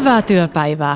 Hyvää työpäivää!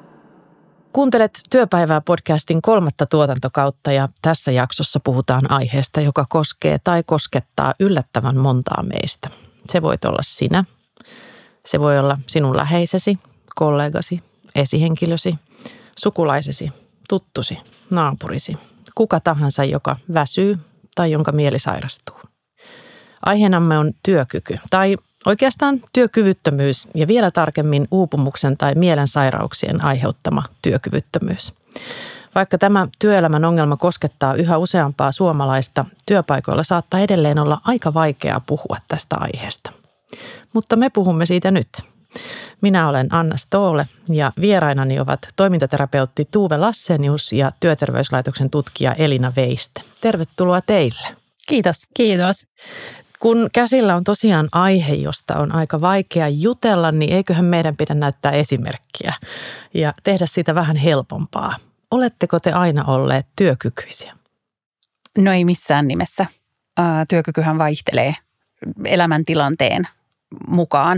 Kuuntelet Työpäivää podcastin 3. tuotantokautta ja tässä jaksossa puhutaan aiheesta, joka koskee tai koskettaa yllättävän montaa meistä. Se voit olla sinä, se voi olla sinun läheisesi, kollegasi, esihenkilösi, sukulaisesi, tuttusi, naapurisi, kuka tahansa, joka väsyy tai jonka mieli sairastuu. Aiheenamme on työkyky tai oikeastaan työkyvyttömyys ja vielä tarkemmin uupumuksen tai mielensairauksien aiheuttama työkyvyttömyys. Vaikka tämä työelämän ongelma koskettaa yhä useampaa suomalaista, työpaikoilla saattaa edelleen olla aika vaikeaa puhua tästä aiheesta. Mutta me puhumme siitä nyt. Minä olen Anna Ståhle ja vierainani ovat toimintaterapeutti Tuve Lassenius ja Työterveyslaitoksen tutkija Elina Veiste. Tervetuloa teille. Kiitos. Kiitos. Kun käsillä on tosiaan aihe, josta on aika vaikea jutella, niin eiköhän meidän pidä näyttää esimerkkiä ja tehdä siitä vähän helpompaa. Oletteko te aina olleet työkykyisiä? No ei missään nimessä. Työkykyhän vaihtelee elämäntilanteen mukaan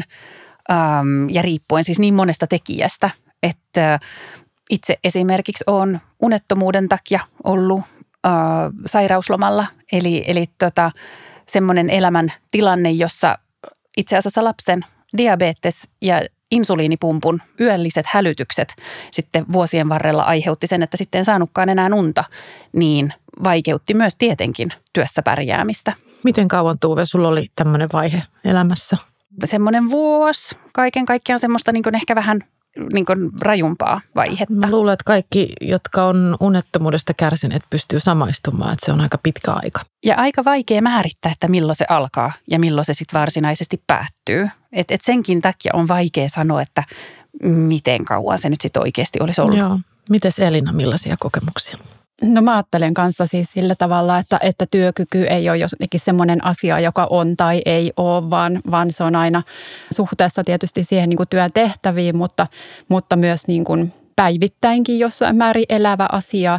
ja riippuen siis niin monesta tekijästä, että itse esimerkiksi olen unettomuuden takia ollut sairauslomalla, eli semmoinen elämäntilanne, jossa itse asiassa lapsen diabetes ja insuliinipumpun yölliset hälytykset sitten vuosien varrella aiheutti sen, että sitten en saanutkaan enää unta, niin vaikeutti myös tietenkin työssä pärjäämistä. Miten kauan, Tuve, sulla oli tämmöinen vaihe elämässä? Semmoinen vuosi, kaiken kaikkiaan semmoista niin kuin ehkä vähän niin kuin rajumpaa vaihetta. Mä luulen, että kaikki, jotka on unettomuudesta kärsineet, pystyy samaistumaan, että se on aika pitkä aika. Ja aika vaikea määrittää, että milloin se alkaa ja milloin se sitten varsinaisesti päättyy. Et senkin takia on vaikea sanoa, että miten kauan se nyt sitten oikeasti olisi ollut. Joo. Mites Elina, millaisia kokemuksia? No mä ajattelen kanssa siis sillä tavalla, että työkyky ei ole jotenkin semmoinen asia, joka on tai ei ole, vaan se on aina suhteessa tietysti siihen niin kuin työtehtäviin, mutta myös niin kuin päivittäinkin jossain määrin elävä asia.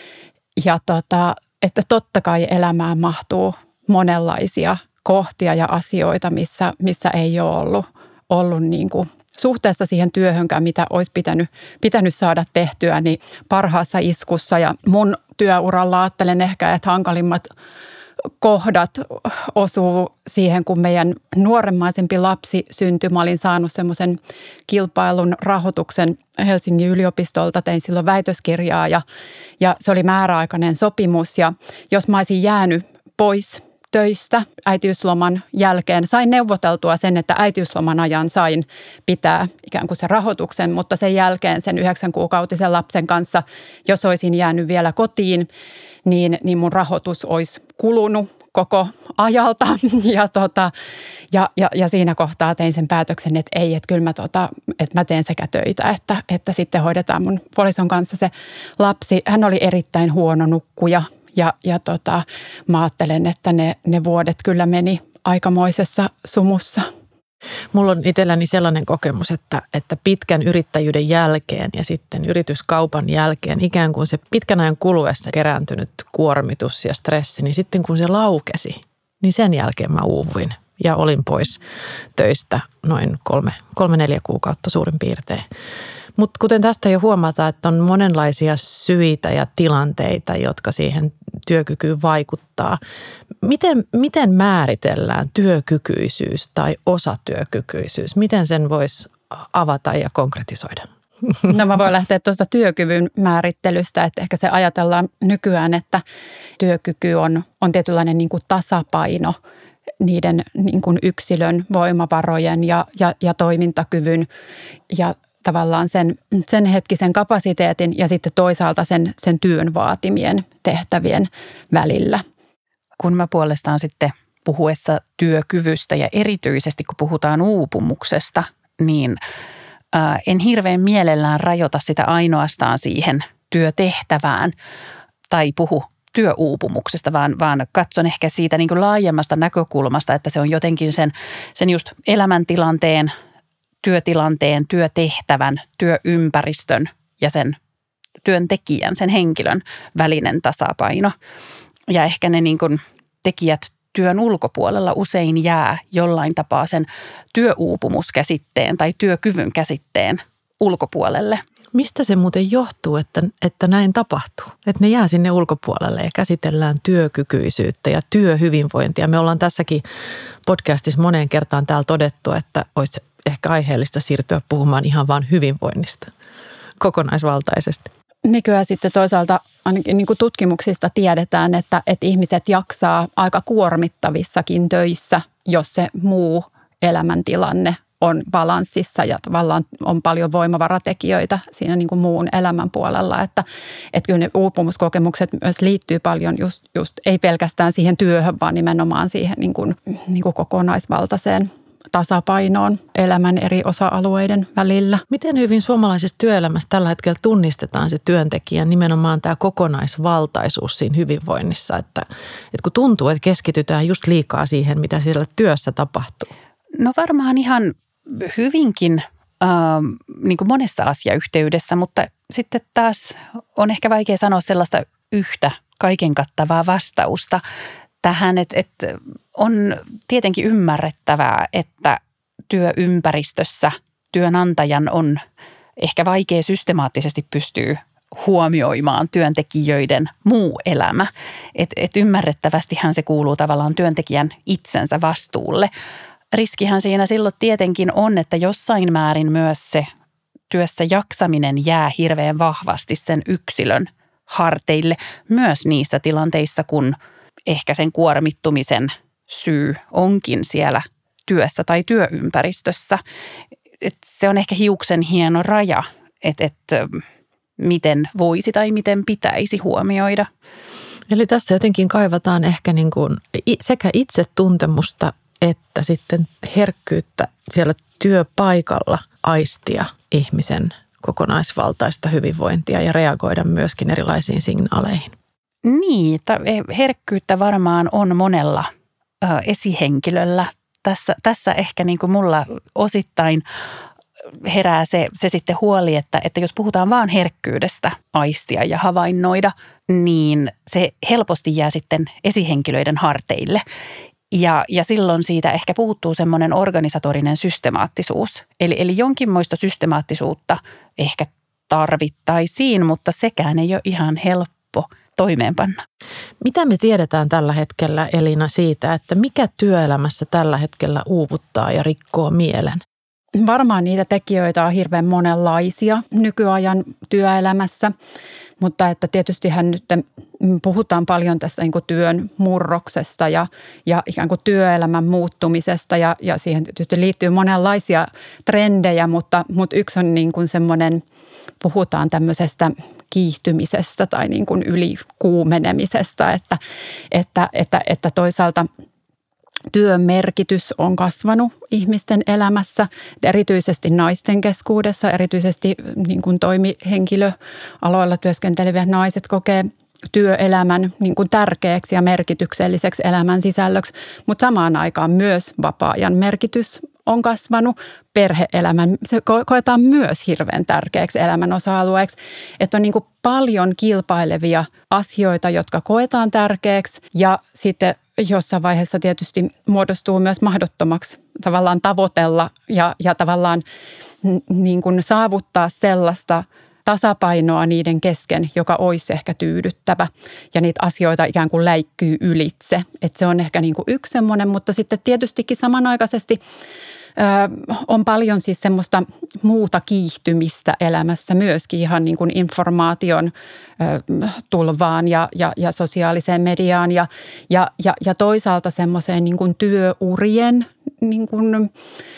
Ja että totta kai elämään mahtuu monenlaisia kohtia ja asioita, missä ei ole ollut niin kuin suhteessa siihen työhönkään, mitä olisi pitänyt saada tehtyä, niin parhaassa iskussa. Ja mun työuralla ajattelen ehkä, että hankalimmat kohdat osuu siihen, kun meidän nuoremmaisempi lapsi syntyi. Mä olin saanut semmoisen kilpailun rahoituksen Helsingin yliopistolta, tein silloin väitöskirjaa ja se oli määräaikainen sopimus. Ja jos mä olisin jäänyt pois töistä äitiysloman jälkeen. Sain neuvoteltua sen, että äitiysloman ajan sain pitää ikään kuin sen rahoituksen, mutta sen jälkeen sen 9-kuukautisen lapsen kanssa, jos olisin jäänyt vielä kotiin, niin mun rahoitus olisi kulunut koko ajalta. Ja siinä kohtaa tein sen päätöksen, että ei, että kyllä mä teen sekä töitä, että sitten hoidetaan mun puolison kanssa se lapsi. Hän oli erittäin huono nukkuja. Ja mä ajattelen, että ne vuodet kyllä meni aikamoisessa sumussa. Mulla on itselläni sellainen kokemus, että pitkän yrittäjyyden jälkeen ja sitten yrityskaupan jälkeen ikään kuin se pitkän ajan kuluessa kerääntynyt kuormitus ja stressi, niin sitten kun se laukesi, niin sen jälkeen mä uuvuin ja olin pois töistä noin 3-4 kuukautta suurin piirtein. Mutta kuten tästä jo huomataan, että on monenlaisia syitä ja tilanteita, jotka siihen työkykyyn vaikuttaa. Miten määritellään työkykyisyys tai osatyökykyisyys? Miten sen voisi avata ja konkretisoida? No mä voin lähteä tuosta työkyvyn määrittelystä, että ehkä se ajatellaan nykyään, että työkyky on tietynlainen niin kuin tasapaino niiden niin kuin yksilön voimavarojen ja toimintakyvyn ja tavallaan sen hetkisen kapasiteetin ja sitten toisaalta sen työn vaatimien tehtävien välillä. Kun mä puolestaan sitten puhuessa työkyvystä ja erityisesti kun puhutaan uupumuksesta, niin en hirveän mielellään rajoita sitä ainoastaan siihen työtehtävään tai puhu työuupumuksesta, vaan katson ehkä siitä niin kuin laajemmasta näkökulmasta, että se on jotenkin sen just elämäntilanteen, työtilanteen, työtehtävän, työympäristön ja sen työntekijän, sen henkilön välinen tasapaino. Ja ehkä ne niin kuin tekijät työn ulkopuolella usein jää jollain tapaa sen työuupumuskäsitteen tai työkyvyn käsitteen ulkopuolelle. Mistä se muuten johtuu, että näin tapahtuu? Että ne jää sinne ulkopuolelle ja käsitellään työkykyisyyttä ja työhyvinvointia. Me ollaan tässäkin podcastissa moneen kertaan täällä todettu, että olisi ehkä aiheellista siirtyä puhumaan ihan vaan hyvinvoinnista kokonaisvaltaisesti. Nykyään sitten toisaalta ainakin niin kuin tutkimuksista tiedetään, että ihmiset jaksaa aika kuormittavissakin töissä, jos se muu elämäntilanne on balanssissa ja tavallaan on paljon voimavaratekijöitä siinä niin kuin muun elämän puolella. Että kyllä ne uupumuskokemukset myös liittyy paljon just ei pelkästään siihen työhön, vaan nimenomaan siihen niin kuin kokonaisvaltaiseen tasapainoon elämän eri osa-alueiden välillä. Miten hyvin suomalaisessa työelämässä tällä hetkellä tunnistetaan se työntekijän nimenomaan tämä kokonaisvaltaisuus siinä hyvinvoinnissa, että kun tuntuu, että keskitytään just liikaa siihen, mitä siellä työssä tapahtuu? No varmaan ihan hyvinkin niin kuin monessa asiayhteydessä, mutta sitten taas on ehkä vaikea sanoa sellaista yhtä kaiken kattavaa vastausta tähän, että on tietenkin ymmärrettävää, että työympäristössä työnantajan on ehkä vaikea systemaattisesti pystyä huomioimaan työntekijöiden muu elämä. Että ymmärrettävästihän se kuuluu tavallaan työntekijän itsensä vastuulle. Riskihän siinä silloin tietenkin on, että jossain määrin myös se työssä jaksaminen jää hirveän vahvasti sen yksilön harteille myös niissä tilanteissa, kun ehkä sen kuormittumisen syy onkin siellä työssä tai työympäristössä. Et se on ehkä hiuksen hieno raja, että miten voisi tai miten pitäisi huomioida. Eli tässä jotenkin kaivataan ehkä niin kuin sekä itsetuntemusta että sitten herkkyyttä siellä työpaikalla aistia ihmisen kokonaisvaltaista hyvinvointia ja reagoida myöskin erilaisiin signaaleihin. Niin, herkkyyttä varmaan on monella esihenkilöllä. Tässä ehkä niin kuin mulla osittain herää se sitten huoli, että jos puhutaan vaan herkkyydestä aistia ja havainnoida, niin se helposti jää sitten esihenkilöiden harteille. Ja silloin siitä ehkä puuttuu semmoinen organisatorinen systemaattisuus. Eli jonkinmoista systemaattisuutta ehkä tarvittaisiin, mutta sekään ei ole ihan helppo toimeenpanna. Mitä me tiedetään tällä hetkellä, Elina, siitä, että mikä työelämässä tällä hetkellä uuvuttaa ja rikkoo mielen? Varmaan niitä tekijöitä on hirveän monenlaisia nykyajan työelämässä, mutta että tietystihän nyt puhutaan paljon tässä niin kuin työn murroksesta ja ikään kuin työelämän muuttumisesta ja siihen tietysti liittyy monenlaisia trendejä, mutta yksi on niin kuin semmoinen, puhutaan tämmöisestä kiihtymisestä tai niin kuin ylikuumenemisesta, että toisaalta työn merkitys on kasvanut ihmisten elämässä, erityisesti naisten keskuudessa, erityisesti niin kuin toimihenkilöaloilla työskentelevät naiset kokee työelämän niin kuin tärkeäksi ja merkitykselliseksi elämän sisällöksi, mutta samaan aikaan myös vapaa-ajan merkitys on kasvanut, perhe-elämän, se koetaan myös hirveän tärkeäksi elämän osa-alueeksi, että on niin kuin paljon kilpailevia asioita, jotka koetaan tärkeäksi ja sitten jossain vaiheessa tietysti muodostuu myös mahdottomaksi tavallaan tavoitella ja tavallaan niin kuin saavuttaa sellaista tasapainoa niiden kesken, joka olisi ehkä tyydyttävä ja niitä asioita ikään kuin läikkyy ylitse. Että se on ehkä niin kuin yksi semmoinen, mutta sitten tietystikin samanaikaisesti on paljon siis semmoista muuta kiihtymistä elämässä myöskin ihan niin kuin informaation tulvaan ja sosiaaliseen mediaan ja toisaalta semmoiseen niin kuin työurien niin kuin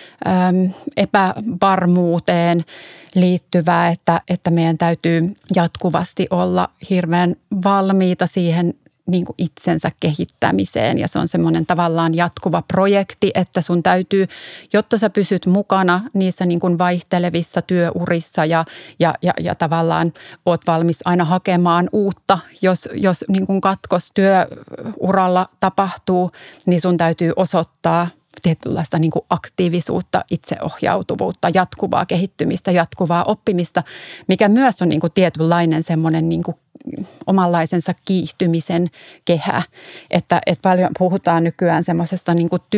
epävarmuuteen liittyvää, että meidän täytyy jatkuvasti olla hirveän valmiita siihen niin kuin itsensä kehittämiseen ja se on semmoinen tavallaan jatkuva projekti, että sun täytyy, jotta sä pysyt mukana niissä niin kuin vaihtelevissa työurissa ja tavallaan oot valmis aina hakemaan uutta, jos niin kuin katkos työuralla tapahtuu, niin sun täytyy osoittaa tietynlaista niin kuin aktiivisuutta, itseohjautuvuutta, jatkuvaa kehittymistä, jatkuvaa oppimista, mikä myös on niin kuin tietynlainen semmoinen niin kuin omanlaisensa kiihtymisen kehä. Että paljon puhutaan nykyään semmoisesta niin kuin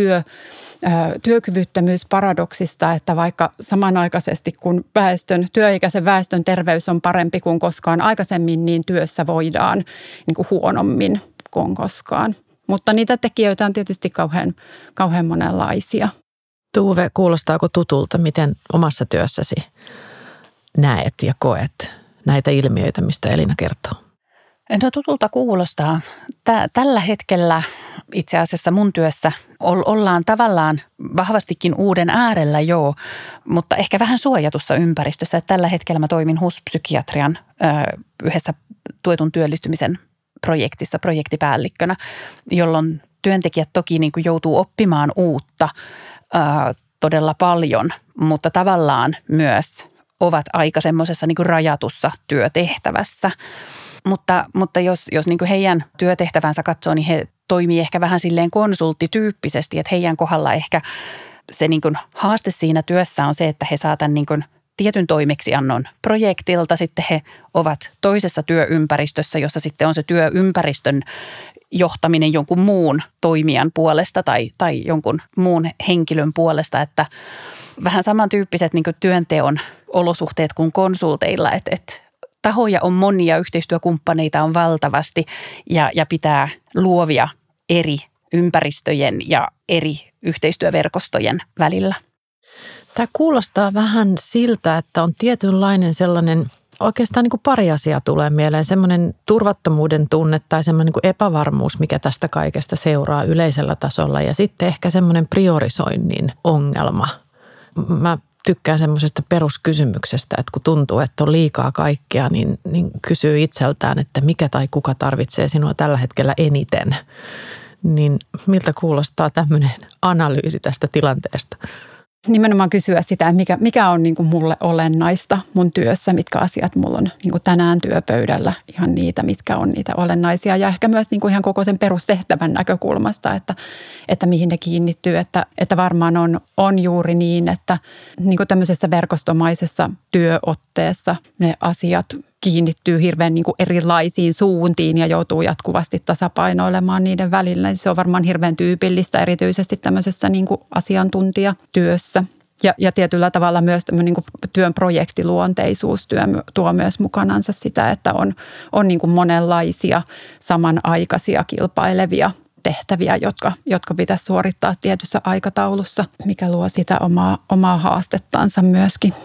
työkyvyttömyysparadoksista, että vaikka samanaikaisesti kun työikäisen väestön terveys on parempi kuin koskaan aikaisemmin, niin työssä voidaan niin kuin huonommin kuin koskaan. Mutta niitä tekijöitä on tietysti kauhean monenlaisia. Tuve, kuulostaako tutulta, miten omassa työssäsi näet ja koet näitä ilmiöitä, mistä Elina kertoo? No tutulta kuulostaa. Tällä hetkellä itse asiassa mun työssä ollaan tavallaan vahvastikin uuden äärellä mutta ehkä vähän suojatussa ympäristössä. Tällä hetkellä mä toimin HUS-psykiatrian yhdessä tuetun työllistymisen projektissa projektipäällikkönä, jolloin työntekijät toki niin kuin joutuu oppimaan uutta todella paljon, mutta tavallaan myös ovat aika semmoisessa niin kuin rajatussa työtehtävässä. Mutta jos niin kuin heidän työtehtävänsä katsoo, niin he toimii ehkä vähän silleen konsulttityyppisesti, että heidän kohdalla ehkä se niin kuin haaste siinä työssä on se, että he saa tämän niin kuin tietyn toimeksiannon projektilta, sitten he ovat toisessa työympäristössä, jossa sitten on se työympäristön johtaminen jonkun muun toimijan puolesta tai jonkun muun henkilön puolesta, että vähän samantyyppiset niin kuin työnteon olosuhteet kuin konsulteilla, että tahoja on monia, yhteistyökumppaneita on valtavasti ja pitää luovia eri ympäristöjen ja eri yhteistyöverkostojen välillä. Tämä kuulostaa vähän siltä, että on tietynlainen sellainen, oikeastaan niin kuin pari asiaa tulee mieleen, semmoinen turvattomuuden tunne tai semmoinen niin kuin epävarmuus, mikä tästä kaikesta seuraa yleisellä tasolla ja sitten ehkä semmoinen priorisoinnin ongelma. Mä tykkään semmoisesta peruskysymyksestä, että kun tuntuu, että on liikaa kaikkea, niin kysyy itseltään, että mikä tai kuka tarvitsee sinua tällä hetkellä eniten. Niin miltä kuulostaa tämmöinen analyysi tästä tilanteesta? Nimenomaan kysyä sitä, että mikä on niin kuin mulle olennaista mun työssä, mitkä asiat mulla on niin kuin tänään työpöydällä, ihan niitä, mitkä on niitä olennaisia. Ja ehkä myös niin kuin ihan koko sen perustehtävän näkökulmasta, että mihin ne kiinnittyy. Että varmaan on juuri niin, että niin kuin tämmöisessä verkostomaisessa työotteessa ne asiat kiinnittyy hirveän niin kuin erilaisiin suuntiin ja joutuu jatkuvasti tasapainoilemaan niiden välillä. Se on varmaan hirveän tyypillistä erityisesti tämmöisessä niin kuin asiantuntijatyössä. Ja tietyllä tavalla myös tämmöinen niin kuin työn projektiluonteisuus tuo myös mukanansa sitä, että on niin kuin monenlaisia samanaikaisia kilpailevia tehtäviä, jotka pitäisi suorittaa tietyssä aikataulussa, mikä luo sitä omaa haastettansa myöskin.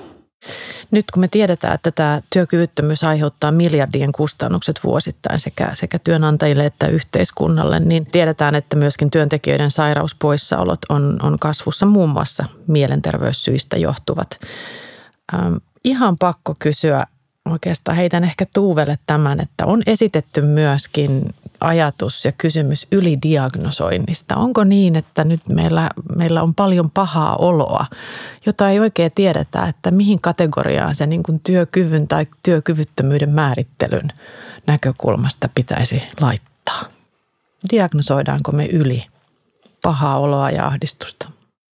Nyt kun me tiedetään, että tämä työkyvyttömyys aiheuttaa miljardien kustannukset vuosittain sekä työnantajille että yhteiskunnalle, niin tiedetään, että myöskin työntekijöiden sairauspoissaolot on kasvussa muun muassa mielenterveyssyistä johtuvat. Ihan pakko kysyä, oikeastaan heitän ehkä Tuuvelle tämän, että on esitetty myöskin ajatus ja kysymys ylidiagnosoinnista. Onko niin, että nyt meillä on paljon pahaa oloa, jota ei oikein tiedetä, että mihin kategoriaan se niin kuin työkyvyn tai työkyvyttömyyden määrittelyn näkökulmasta pitäisi laittaa? Diagnosoidaanko me yli pahaa oloa ja ahdistusta?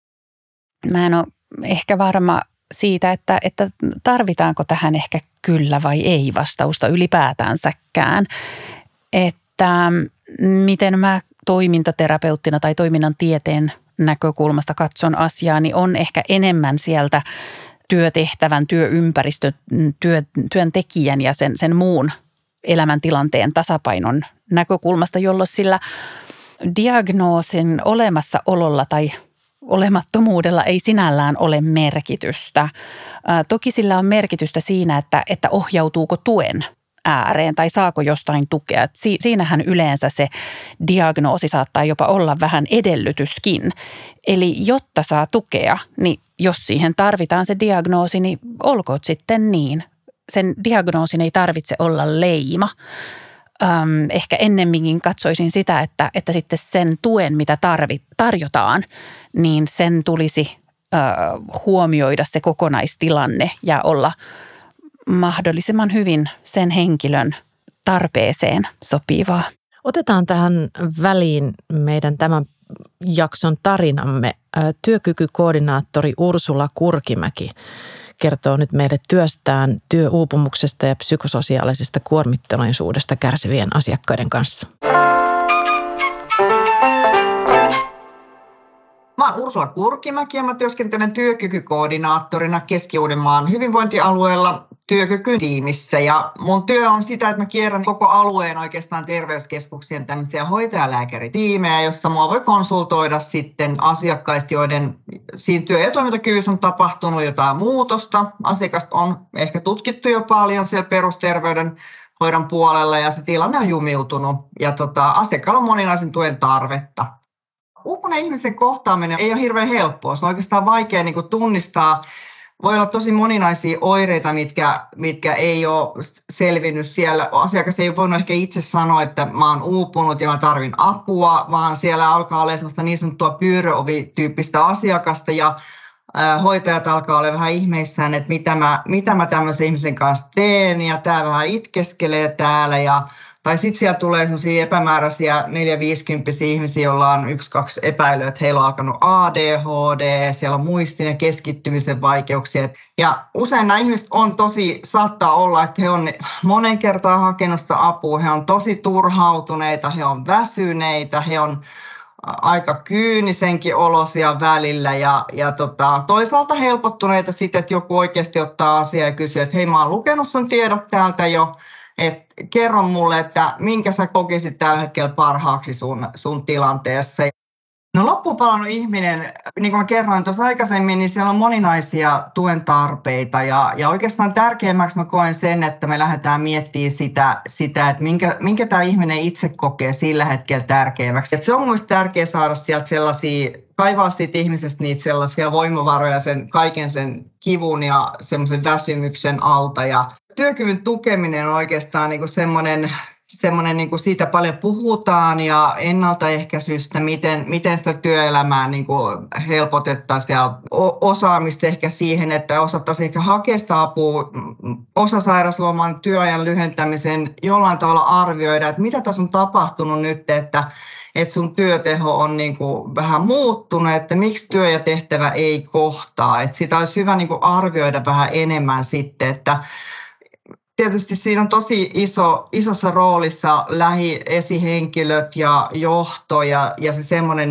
Mä en ole ehkä varma siitä, että tarvitaanko tähän ehkä kyllä vai ei vastausta ylipäätänsäkään. Että miten mä toimintaterapeuttina tai toiminnan tieteen näkökulmasta katson asiaa, niin on ehkä enemmän sieltä työtehtävän, työympäristön, työntekijän ja sen muun elämäntilanteen tasapainon näkökulmasta, jolloin sillä diagnoosin olemassaololla tai olemattomuudella ei sinällään ole merkitystä. Toki sillä on merkitystä siinä, että ohjautuuko tuen ääreen tai saako jostain tukea. Siinähän yleensä se diagnoosi saattaa jopa olla vähän edellytyskin. Eli jotta saa tukea, niin jos siihen tarvitaan se diagnoosi, niin olkoon sitten niin. Sen diagnoosin ei tarvitse olla leima. Ehkä ennemminkin katsoisin sitä, että sitten sen tuen, mitä tarjotaan, niin sen tulisi huomioida se kokonaistilanne ja olla mahdollisimman hyvin sen henkilön tarpeeseen sopivaa. Otetaan tähän väliin meidän tämän jakson tarinamme. Työkykykoordinaattori Ursula Kurkimäki kertoo nyt meille työstään, työuupumuksesta ja psykososiaalisesta kuormittuneisuudesta kärsivien asiakkaiden kanssa. Mä oon Ursula Kurkimäki ja mä työskentelen työkykykoordinaattorina Keski-Uudenmaan hyvinvointialueella työkykytiimissä. Ja mun työ on sitä, että mä kierrän koko alueen oikeastaan terveyskeskuksien tämmöisiä hoitajalääkäritiimejä, jossa mua voi konsultoida sitten asiakkaista, joiden siinä työ- ja toimintakyvyssä on tapahtunut jotain muutosta. Asiakasta on ehkä tutkittu jo paljon siellä perusterveydenhoidon puolella ja se tilanne on jumiutunut ja asiakkaalla on moninaisen tuen tarvetta. Uupuneen ihmisen kohtaaminen ei ole hirveän helppoa. Se on oikeastaan vaikea tunnistaa. Voi olla tosi moninaisia oireita, mitkä ei ole selvinnyt siellä. Asiakas ei ole voinut ehkä itse sanoa, että mä oon uupunut ja mä tarvin apua, vaan siellä alkaa olla sellaista niin sanottua pyöröovi-tyyppistä asiakasta ja hoitajat alkaa olla vähän ihmeissään, että mitä mä tämmöisen ihmisen kanssa teen ja tää vähän itkeskelee täällä tai sitten siellä tulee sellaisia epämääräisiä 4-50 ihmisiä, joilla on 1-2 epäilyä, että heillä on alkanut ADHD, siellä on muistin ja keskittymisen vaikeuksia. Ja usein nämä ihmiset saattaa olla, että he on monen kertaan hakenut sitä apua, he on tosi turhautuneita, he on väsyneitä, he on aika kyynisenkin olosia välillä ja toisaalta helpottuneita sitten, että joku oikeasti ottaa asiaa ja kysyy, että hei, mä oon lukenut sun tiedot täältä jo, että kerro mulle, että minkä sä kokisit tällä hetkellä parhaaksi sun tilanteessa. No loppupalannut ihminen, niin kuin mä kerroin tuossa aikaisemmin, niin siellä on moninaisia tuen tarpeita ja oikeastaan tärkeimmäksi mä koen sen, että me lähdetään miettimään sitä että minkä tämä ihminen itse kokee sillä hetkellä tärkeimmäksi. Että se on mielestäni tärkeää saada sieltä kaivaa siitä ihmisestä niitä sellaisia voimavaroja kaiken sen kivun ja semmoisen väsymyksen alta ja työkyvyn tukeminen on oikeastaan semmoinen siitä paljon puhutaan ja ennaltaehkäisystä, miten sitä työelämää helpotettaisiin ja osaamista ehkä siihen, että osattaisiin ehkä hakea sitä apua osasairasloman työajan lyhentämisen jollain tavalla arvioida, että mitä tässä on tapahtunut nyt, että sun työteho on vähän muuttunut, että miksi työ ja tehtävä ei kohtaa, että sitä olisi hyvä arvioida vähän enemmän sitten, että tietysti siinä on tosi isossa roolissa lähiesihenkilöt ja johto ja se semmoinen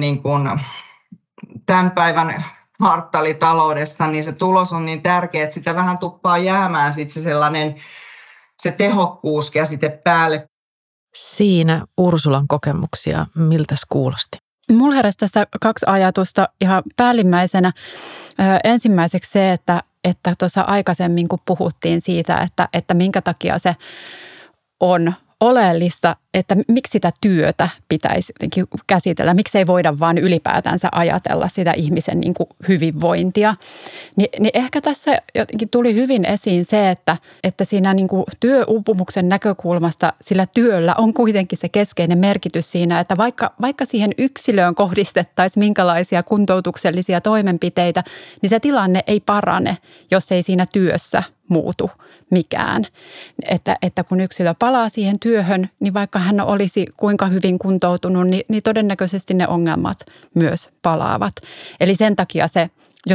tämän päivän kvartaalitaloudessa, niin se tulos on niin tärkeä, että sitä vähän tuppaa jäämään sitten se tehokkuuskäsite päälle. Siinä Ursulan kokemuksia, miltäs kuulosti? Mulla heräsi tässä 2 ajatusta ihan päällimmäisenä. Ensimmäiseksi se, että tuossa aikaisemmin kun puhuttiin siitä, että minkä takia se on oleellista, että miksi sitä työtä pitäisi jotenkin käsitellä, miksi ei voida vaan ylipäätänsä ajatella sitä ihmisen hyvinvointia. Niin ehkä tässä jotenkin tuli hyvin esiin se, että siinä työuupumuksen näkökulmasta sillä työllä on kuitenkin se keskeinen merkitys siinä, että vaikka siihen yksilöön kohdistettaisiin minkälaisia kuntoutuksellisia toimenpiteitä, niin se tilanne ei parane, jos ei siinä työssä muutu mikään. Että kun yksilö palaa siihen työhön, niin vaikka hän olisi kuinka hyvin kuntoutunut, niin todennäköisesti ne ongelmat myös palaavat. Eli sen takia se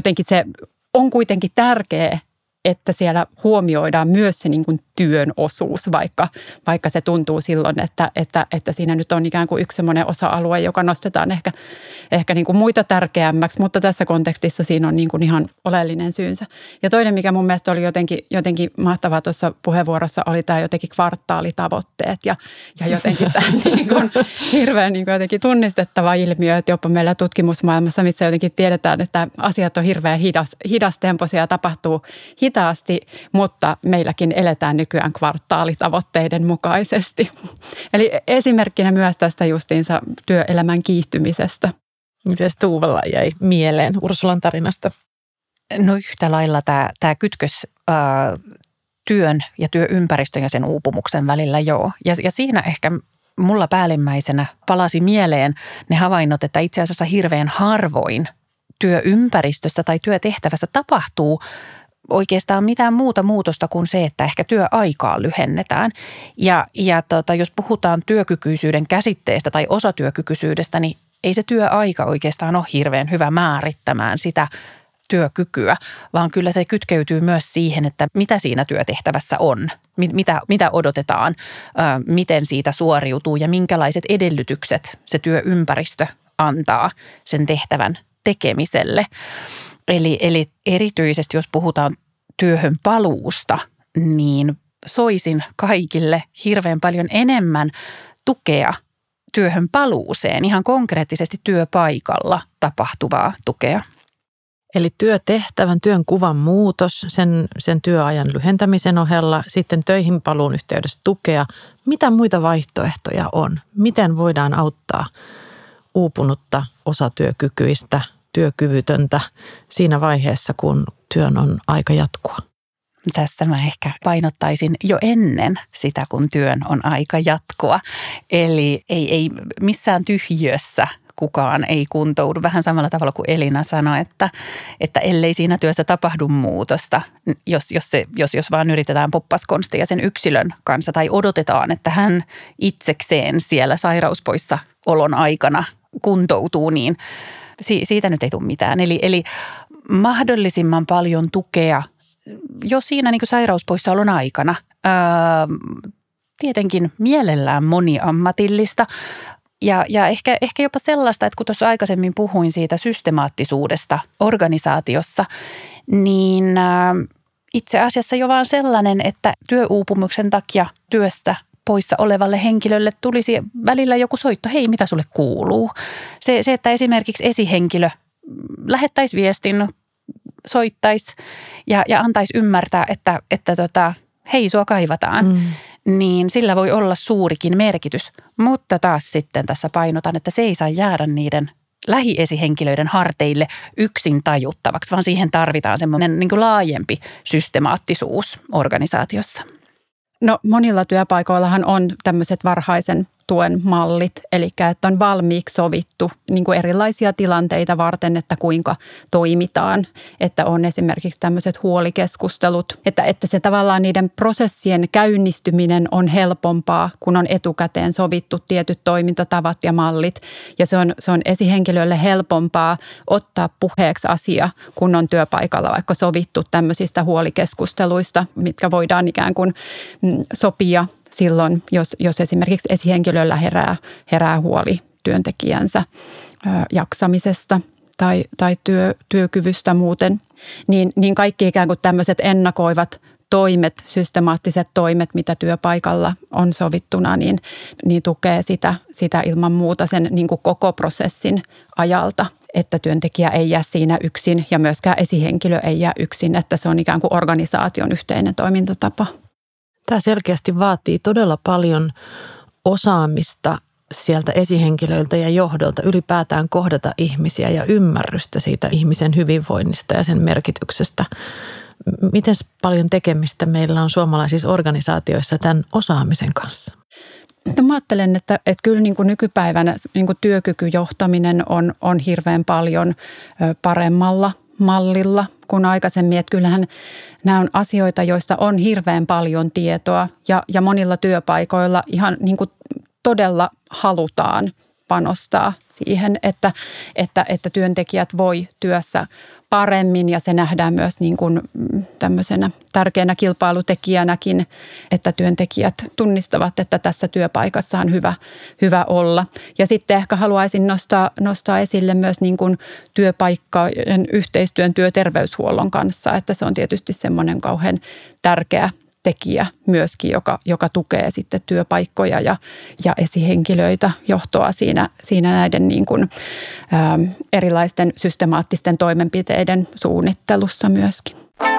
on kuitenkin tärkeä, että siellä huomioidaan myös se työn osuus, vaikka se tuntuu silloin, että siinä nyt on ikään kuin yksi semmoinen osa-alue, joka nostetaan ehkä muita tärkeämmäksi, mutta tässä kontekstissa siinä on ihan oleellinen syynsä. Ja toinen, mikä mun mielestä oli jotenkin mahtavaa tuossa puheenvuorossa, oli tämä jotenkin kvartaalitavoitteet ja jotenkin tämä hirveän jotenkin tunnistettava ilmiö, että jopa meillä tutkimusmaailmassa, missä jotenkin tiedetään, että asiat on hirveän hidastempoisia ja tapahtuu hitaasti, mutta meilläkin eletään nykyään kvartaalitavoitteiden mukaisesti. Eli esimerkkinä myös tästä justiinsa työelämän kiihtymisestä. Miten Tuuvalla jäi mieleen Ursulan tarinasta? No yhtä lailla tämä kytkös työn ja työympäristön ja sen uupumuksen välillä joo. Ja siinä ehkä mulla päällimmäisenä palasi mieleen ne havainnot, että itse asiassa hirveän harvoin työympäristössä tai työtehtävässä tapahtuu oikeastaan mitään muuta muutosta kuin se, että ehkä työaikaa lyhennetään. Ja jos puhutaan työkykyisyyden käsitteestä tai osatyökykyisyydestä, niin ei se työaika oikeastaan ole hirveän hyvä määrittämään sitä työkykyä, vaan kyllä se kytkeytyy myös siihen, että mitä siinä työtehtävässä on, mitä odotetaan, miten siitä suoriutuu ja minkälaiset edellytykset se työympäristö antaa sen tehtävän tekemiselle. Eli erityisesti jos puhutaan työhön paluusta, niin soisin kaikille hirveän paljon enemmän tukea työhön paluuseen, ihan konkreettisesti työpaikalla tapahtuvaa tukea. Eli työtehtävän, työn kuvan muutos, sen työajan lyhentämisen ohella, sitten töihin paluun yhteydessä tukea. Mitä muita vaihtoehtoja on? Miten voidaan auttaa uupunutta, osatyökykyistä, työkyvytöntä siinä vaiheessa, kun työn on aika jatkua? Tässä mä ehkä painottaisin jo ennen sitä, kun työn on aika jatkua. Eli ei missään tyhjössä kukaan ei kuntoudu. Vähän samalla tavalla kuin Elina sanoi, että ellei siinä työssä tapahdu muutosta, jos vaan yritetään poppaskonstia sen yksilön kanssa tai odotetaan, että hän itsekseen siellä sairauspoissa olon aikana kuntoutuu, niin siitä nyt ei tule mitään. Eli mahdollisimman paljon tukea jo siinä niin kuin sairauspoissaolon aikana. Tietenkin mielellään moniammatillista ja ehkä jopa sellaista, että kun tuossa aikaisemmin puhuin siitä systemaattisuudesta organisaatiossa, niin itse asiassa jo vaan sellainen, että työuupumuksen takia työstä poissa olevalle henkilölle tulisi välillä joku soitto, hei, mitä sulle kuuluu? Se että esimerkiksi esihenkilö lähettäisi viestin, soittaisi ja antaisi ymmärtää, että hei, sua kaivataan, niin sillä voi olla suurikin merkitys. Mutta taas sitten tässä painotan, että se ei saa jäädä niiden lähiesihenkilöiden harteille yksin tajuttavaksi, vaan siihen tarvitaan semmoinen niin kuin laajempi systemaattisuus organisaatiossa. No monilla työpaikoillahan on tämmöiset varhaisen tuen mallit, eli että on valmiiksi sovittu niin kuin erilaisia tilanteita varten, että kuinka toimitaan, että on esimerkiksi tämmöiset huolikeskustelut, että se tavallaan niiden prosessien käynnistyminen on helpompaa, kun on etukäteen sovittu tietyt toimintatavat ja mallit, ja se on esihenkilölle helpompaa ottaa puheeksi asia, kun on työpaikalla vaikka sovittu tämmöisistä huolikeskusteluista, mitkä voidaan ikään kuin sopia silloin, jos esimerkiksi esihenkilöllä herää huoli työntekijänsä jaksamisesta tai työkyvystä muuten, niin kaikki ikään kuin tämmöiset ennakoivat toimet, systemaattiset toimet, mitä työpaikalla on sovittuna, niin tukee sitä ilman muuta sen niin kuin koko prosessin ajalta, että työntekijä ei jää siinä yksin ja myöskään esihenkilö ei jää yksin, että se on ikään kuin organisaation yhteinen toimintatapa. Tämä selkeästi vaatii todella paljon osaamista sieltä esihenkilöiltä ja johdolta ylipäätään kohdata ihmisiä ja ymmärrystä siitä ihmisen hyvinvoinnista ja sen merkityksestä. Miten paljon tekemistä meillä on suomalaisissa organisaatioissa tämän osaamisen kanssa? Mä ajattelen, että kyllä niin kuin nykypäivänä niin kuin työkykyjohtaminen on hirveän paljon paremmalla mallilla kuin aikaisemmin. Että kyllähän nämä on asioita, joista on hirveän paljon tietoa ja monilla työpaikoilla ihan niin kuin todella halutaan panostaa siihen, että työntekijät voi työssä paremmin ja se nähdään myös niin kuin tämmöisenä tärkeänä kilpailutekijänäkin, että työntekijät tunnistavat, että tässä työpaikassa on hyvä olla. Ja sitten ehkä haluaisin nostaa esille myös niin kuin työpaikkojen yhteistyön työterveyshuollon kanssa, että se on tietysti semmoinen kauhean tärkeä tekijä myöskin, joka tukee sitten työpaikkoja ja esihenkilöitä, johtoa siinä näiden niin kuin, erilaisten systemaattisten toimenpiteiden suunnittelussa myöskin.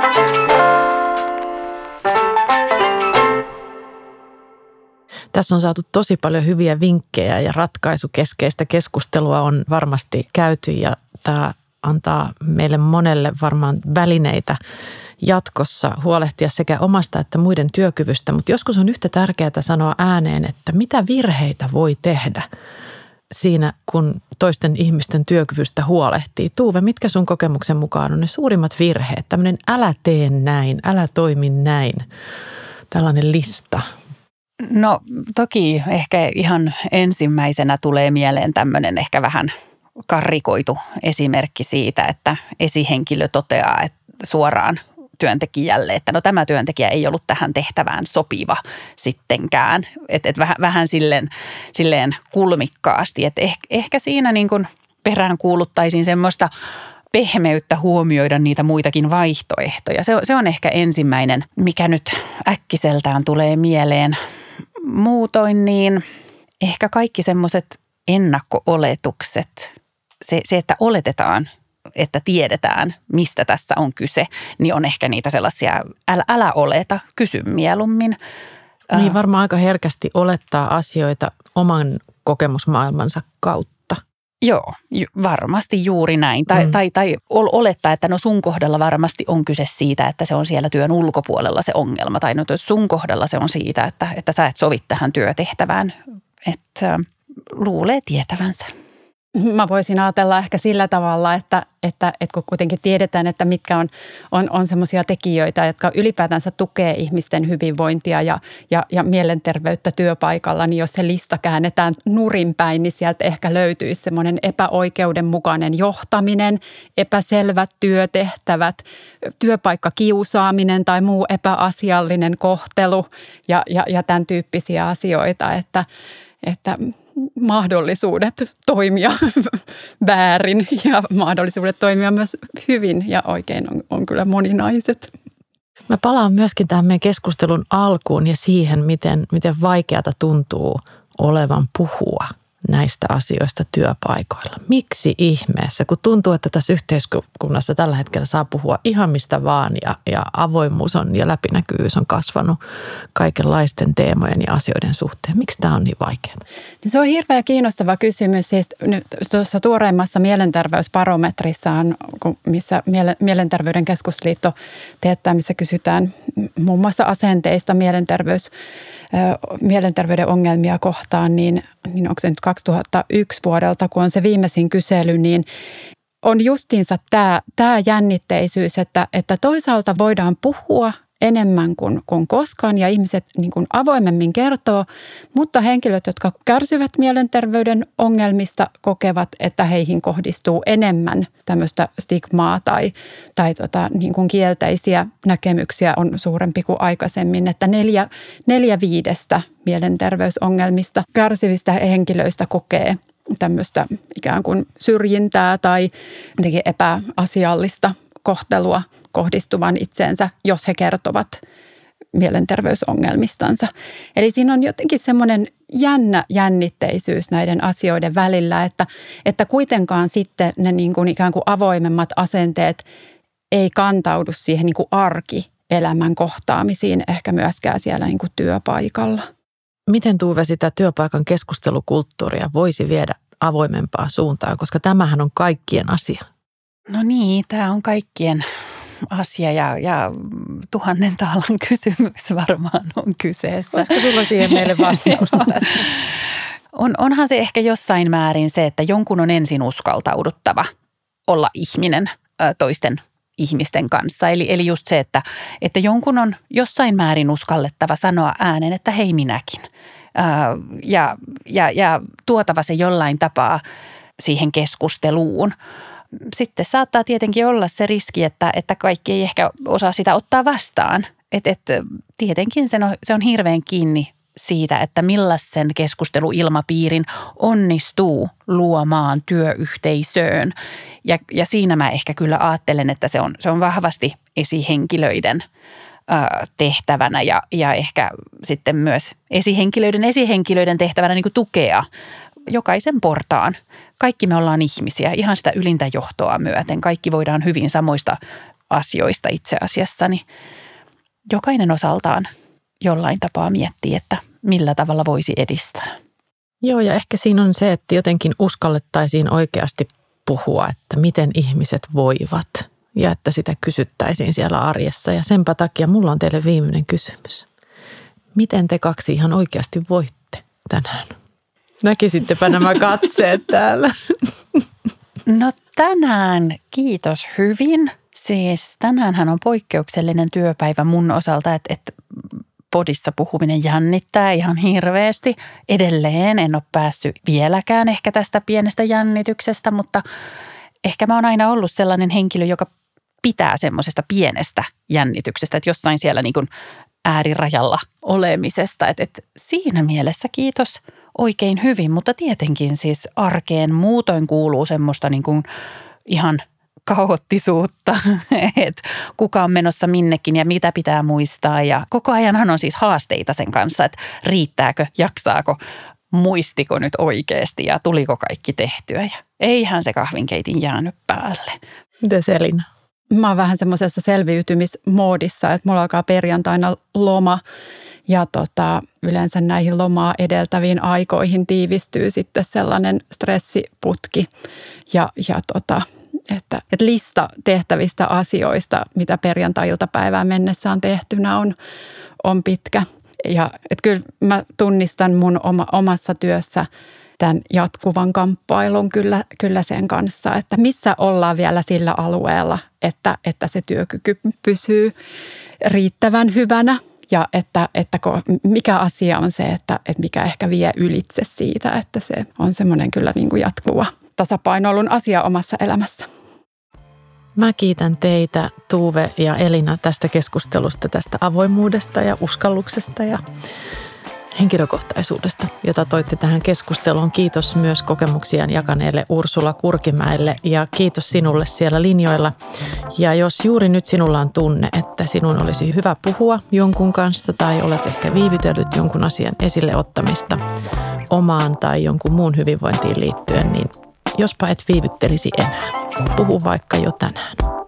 Tässä on saatu tosi paljon hyviä vinkkejä ja ratkaisukeskeistä keskustelua on varmasti käyty ja tämä antaa meille monelle varmaan välineitä jatkossa huolehtia sekä omasta että muiden työkyvystä, mutta joskus on yhtä tärkeää sanoa ääneen, että mitä virheitä voi tehdä siinä, kun toisten ihmisten työkyvystä huolehtii. Tuuve, mitkä sun kokemuksen mukaan on ne suurimmat virheet? Tämmöinen älä tee näin, älä toimi näin, tällainen lista. No toki ehkä ihan ensimmäisenä tulee mieleen tämmöinen ehkä vähän karrikoitu esimerkki siitä, että esihenkilö toteaa että suoraan työntekijälle, että no tämä työntekijä ei ollut tähän tehtävään sopiva sittenkään. Että vähän silleen kulmikkaasti. Että ehkä siinä niin kuin perään kuuluttaisiin semmoista pehmeyttä huomioida niitä muitakin vaihtoehtoja. Se on ehkä ensimmäinen, mikä nyt äkkiseltään tulee mieleen. Muutoin niin ehkä kaikki semmoiset ennakko-oletukset, se että oletetaan, että tiedetään, mistä tässä on kyse, niin on ehkä niitä sellaisia, älä oleta, kysy mieluummin. Niin varmaan aika herkästi olettaa asioita oman kokemusmaailmansa kautta. Joo, varmasti juuri näin. Tai olettaa, että no sun kohdalla varmasti on kyse siitä, että se on siellä työn ulkopuolella se ongelma. Tai no sun kohdalla se on siitä, että sä et sovi tähän työtehtävään. Että luulee tietävänsä. Mä voisin ajatella ehkä sillä tavalla, että kun kuitenkin tiedetään, että mitkä on semmoisia tekijöitä, jotka ylipäätänsä tukee ihmisten hyvinvointia ja mielenterveyttä työpaikalla, niin jos se lista käännetään nurinpäin, niin sieltä ehkä löytyisi semmoinen epäoikeudenmukainen johtaminen, epäselvät työtehtävät, työpaikkakiusaaminen tai muu epäasiallinen kohtelu ja tämän tyyppisiä asioita, että mahdollisuudet toimia väärin ja mahdollisuudet toimia myös hyvin ja oikein on kyllä moninaiset. Mä palaan myöskin tähän meidän keskustelun alkuun ja siihen, miten vaikeata tuntuu olevan puhua näistä asioista työpaikoilla. Miksi ihmeessä, kun tuntuu, että tässä yhteiskunnassa tällä hetkellä saa puhua ihan mistä vaan ja avoimuus on ja läpinäkyvyys on kasvanut kaikenlaisten teemojen ja asioiden suhteen. Miksi tämä on niin vaikeaa? Se on hirveän kiinnostava kysymys. Siis nyt tuossa tuoreimmassa mielenterveysbarometrissa, missä Mielenterveyden keskusliitto teettää, missä kysytään muun muassa asenteista mielenterveyden ongelmia kohtaan, niin onko se nyt 2001 vuodelta, kun on se viimeisin kysely, niin on justiinsa tämä jännitteisyys, että toisaalta voidaan puhua enemmän kuin koskaan ja ihmiset niin kuin avoimemmin kertoo, mutta henkilöt, jotka kärsivät mielenterveyden ongelmista, kokevat, että heihin kohdistuu enemmän tämmöistä stigmaa tai niin kuin kielteisiä näkemyksiä on suurempi kuin aikaisemmin, että 4/5 mielenterveysongelmista kärsivistä henkilöistä kokee tämmöistä ikään kuin syrjintää tai jotenkin epäasiallista kohtelua kohdistuvan itseensä, jos he kertovat mielenterveysongelmistansa. Eli siinä on jotenkin semmoinen jännä jännitteisyys näiden asioiden välillä, että kuitenkaan sitten ne niin kuin ikään kuin avoimemmat asenteet ei kantaudu siihen niin kuin arkielämän kohtaamisiin, ehkä myöskään siellä niin kuin työpaikalla. Miten Tuve sitä työpaikan keskustelukulttuuria voisi viedä avoimempaan suuntaan, koska tämähän on kaikkien asia? No niin, tämä on kaikkien asia ja 1000 taalan kysymys varmaan on kyseessä. Olisiko sulla siihen meille vastausta tässä? Onhan se ehkä jossain määrin se, että jonkun on ensin uskaltauduttava olla ihminen toisten ihmisten kanssa. Eli just se, että jonkun on jossain määrin uskallettava sanoa äänen, että hei minäkin. Ja tuotava se jollain tapaa siihen keskusteluun. Sitten saattaa tietenkin olla se riski, että kaikki ei ehkä osaa sitä ottaa vastaan. Tietenkin se on hirveän kiinni siitä, että millaisen keskusteluilmapiirin onnistuu luomaan työyhteisöön. Ja siinä mä ehkä kyllä ajattelen, että se on vahvasti esihenkilöiden tehtävänä ja ehkä sitten myös esihenkilöiden tehtävänä niin kuin tukea jokaisen portaan. Kaikki me ollaan ihmisiä, ihan sitä ylintä johtoa myöten. Kaikki voidaan hyvin samoista asioista itse asiassa. Niin jokainen osaltaan jollain tapaa miettii, että millä tavalla voisi edistää. Joo, ja ehkä siinä on se, että jotenkin uskallettaisiin oikeasti puhua, että miten ihmiset voivat ja että sitä kysyttäisiin siellä arjessa. Ja senpä takia mulla on teille viimeinen kysymys. Miten te kaksi ihan oikeasti voitte tänään? Näkisittepä nämä katseet täällä. No tänään kiitos hyvin. Siis tänäänhän on poikkeuksellinen työpäivä mun osalta, että podissa puhuminen jännittää ihan hirveästi. Edelleen en ole päässyt vieläkään ehkä tästä pienestä jännityksestä, mutta ehkä mä oon aina ollut sellainen henkilö, joka pitää semmoisesta pienestä jännityksestä, että jossain siellä niin kuin äärirajalla olemisesta. Että siinä mielessä kiitos oikein hyvin, mutta tietenkin siis arkeen muutoin kuuluu semmoista niin kuin ihan kaoottisuutta, että kuka on menossa minnekin ja mitä pitää muistaa. Ja koko ajanhan on siis haasteita sen kanssa, että riittääkö, jaksaako, muistiko nyt oikeasti ja tuliko kaikki tehtyä. Ja eihän se kahvinkeitin jäänyt päälle. Mites Elina? Mä oon vähän semmoisessa selviytymismoodissa, että mulla alkaa perjantaina loma ja yleensä näihin lomaa edeltäviin aikoihin tiivistyy sitten sellainen stressiputki ja että lista tehtävistä asioista, mitä perjantai-iltapäivään mennessä on tehtynä, on pitkä. Ja että kyllä mä tunnistan mun omassa työssä tämän jatkuvan kamppailun kyllä sen kanssa, että missä ollaan vielä sillä alueella, että se työkyky pysyy riittävän hyvänä ja että mikä asia on se, että mikä ehkä vie ylitse siitä, että se on semmoinen kyllä niin kuin jatkuva tasapainoilun asia omassa elämässä. Mä kiitän teitä, Tuve ja Elina, tästä keskustelusta, tästä avoimuudesta ja uskalluksesta ja henkilökohtaisuudesta, jota toitte tähän keskusteluun. Kiitos myös kokemuksiaan jakaneelle Ursula Kurkimäelle ja kiitos sinulle siellä linjoilla. Ja jos juuri nyt sinulla on tunne, että sinun olisi hyvä puhua jonkun kanssa tai olet ehkä viivytellyt jonkun asian esille ottamista omaan tai jonkun muun hyvinvointiin liittyen, niin jospa et viivyttelisi enää. Puhu vaikka jo tänään.